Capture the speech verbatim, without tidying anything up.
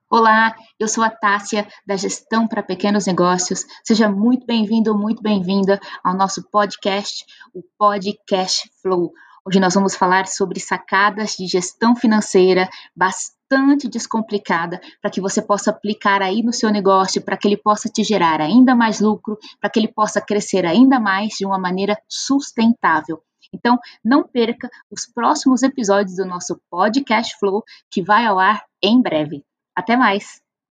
Olá, eu sou a Tássia, da Gestão para Pequenos Negócios. Seja muito bem-vindo, muito bem-vinda ao nosso podcast, o Podcast Flow. Hoje nós vamos falar sobre sacadas de gestão financeira bastante descomplicada, para que você possa aplicar aí no seu negócio, para que ele possa te gerar ainda mais lucro, para que ele possa crescer ainda mais de uma maneira sustentável. Então, não perca os próximos episódios do nosso Podcast Flow, que vai ao ar em breve. Até mais!